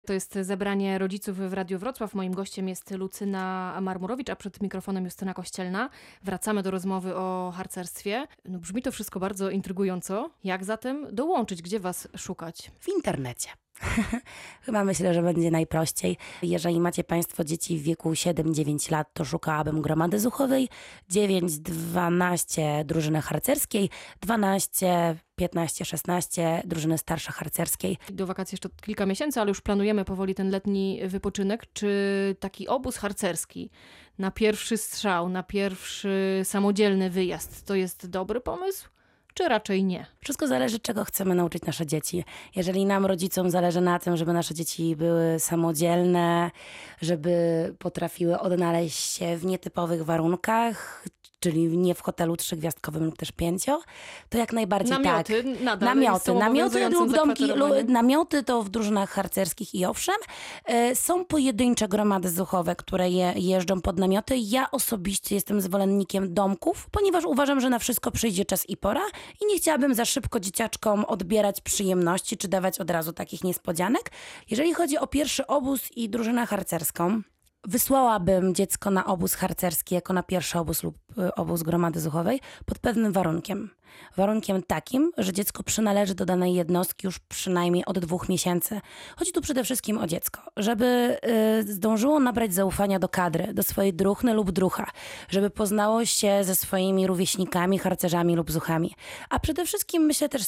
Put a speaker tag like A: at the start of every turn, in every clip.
A: To jest zebranie rodziców w Radiu Wrocław. Moim gościem jest Lucyna Marmurowicz, a przed mikrofonem Justyna Kościelna. Wracamy do rozmowy o harcerstwie. Brzmi to wszystko bardzo intrygująco. Jak zatem dołączyć? Gdzie was szukać?
B: W internecie. Chyba myślę, że będzie najprościej. Jeżeli macie Państwo dzieci w wieku 7-9 lat, to szukałabym gromady zuchowej, 9-12 drużyny harcerskiej, 12, 15, 16 drużyny starsze harcerskiej.
A: Do wakacji jeszcze kilka miesięcy, ale już planujemy powoli ten letni wypoczynek. Czy taki obóz harcerski na pierwszy strzał, na pierwszy samodzielny wyjazd to jest dobry pomysł? Czy raczej nie?
B: Wszystko zależy, czego chcemy nauczyć nasze dzieci. Jeżeli nam, rodzicom, zależy na tym, żeby nasze dzieci były samodzielne, żeby potrafiły odnaleźć się w nietypowych warunkach, czyli nie w hotelu 3-gwiazdkowym lub też 5, to jak najbardziej
A: namioty,
B: tak.
A: Nadal
B: Namioty lub domki, namioty to w drużynach harcerskich i owszem. Są pojedyncze gromady zuchowe, które jeżdżą pod namioty. Ja osobiście jestem zwolennikiem domków, ponieważ uważam, że na wszystko przyjdzie czas i pora i nie chciałabym za szybko dzieciaczkom odbierać przyjemności, czy dawać od razu takich niespodzianek. Jeżeli chodzi o pierwszy obóz i drużynę harcerską, wysłałabym dziecko na obóz harcerski jako na pierwszy obóz lub obóz gromady zuchowej pod pewnym warunkiem. Warunkiem takim, że dziecko przynależy do danej jednostki już przynajmniej od 2 miesięcy. Chodzi tu przede wszystkim o dziecko, żeby zdążyło nabrać zaufania do kadry, do swojej druhny lub drucha, żeby poznało się ze swoimi rówieśnikami, harcerzami lub zuchami. A przede wszystkim myślę też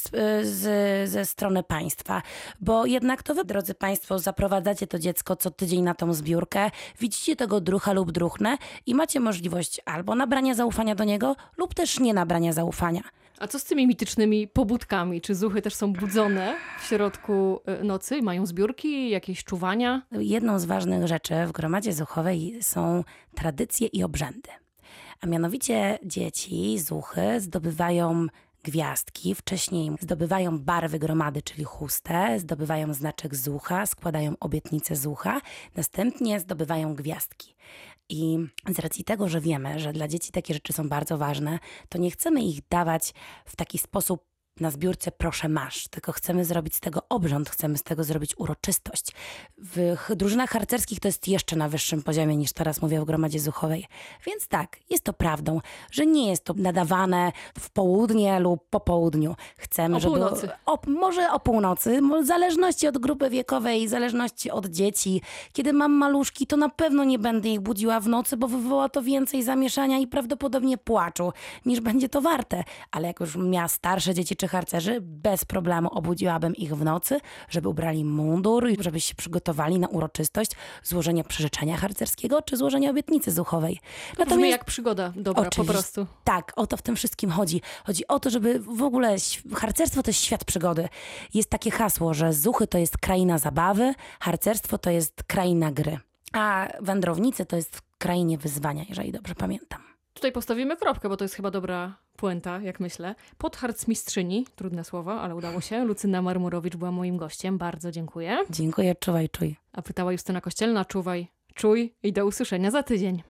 B: ze strony państwa, bo jednak to wy, drodzy Państwo, zaprowadzacie to dziecko co tydzień na tą zbiórkę, widzicie tego drucha lub druchnę i macie możliwość albo nabrania zaufania do niego lub też nie nabrania zaufania.
A: A co z tymi mitycznymi pobudkami? Czy zuchy też są budzone w środku nocy? Mają zbiórki, jakieś czuwania?
B: Jedną z ważnych rzeczy w gromadzie zuchowej są tradycje i obrzędy. A mianowicie dzieci, zuchy zdobywają gwiazdki, wcześniej zdobywają barwy gromady, czyli chustę, zdobywają znaczek zucha, składają obietnicę zucha, następnie zdobywają gwiazdki. I z racji tego, że wiemy, że dla dzieci takie rzeczy są bardzo ważne, to nie chcemy ich dawać w taki sposób na zbiórce proszę masz, tylko chcemy zrobić z tego obrząd, chcemy z tego zrobić uroczystość. W drużynach harcerskich to jest jeszcze na wyższym poziomie niż teraz mówię w gromadzie zuchowej. Więc tak, jest to prawdą, że nie jest to nadawane w południe lub po południu. Chcemy, żeby
A: północy.
B: Może o północy, w zależności od grupy wiekowej, w zależności od dzieci. Kiedy mam maluszki, to na pewno nie będę ich budziła w nocy, bo wywoła to więcej zamieszania i prawdopodobnie płaczu, niż będzie to warte. Ale jak już miała starsze dzieci czy harcerzy, bez problemu obudziłabym ich w nocy, żeby ubrali mundur i żeby się przygotowali na uroczystość złożenia przyrzeczenia harcerskiego czy złożenia obietnicy zuchowej.
A: Brzmi jak przygoda dobra, po prostu.
B: Tak, o to w tym wszystkim chodzi. Chodzi o to, żeby w ogóle harcerstwo to jest świat przygody. Jest takie hasło, że zuchy to jest kraina zabawy, harcerstwo to jest kraina gry, a wędrownicy to jest w krainie wyzwania, jeżeli dobrze pamiętam.
A: Tutaj postawimy kropkę, bo to jest chyba dobra puenta, jak myślę. Podharcmistrzyni, trudne słowo, ale udało się. Lucyna Marmurowicz była moim gościem. Bardzo dziękuję.
B: Dziękuję, czuwaj, czuj.
A: A pytała Justyna Kościelna, czuwaj, czuj i do usłyszenia za tydzień.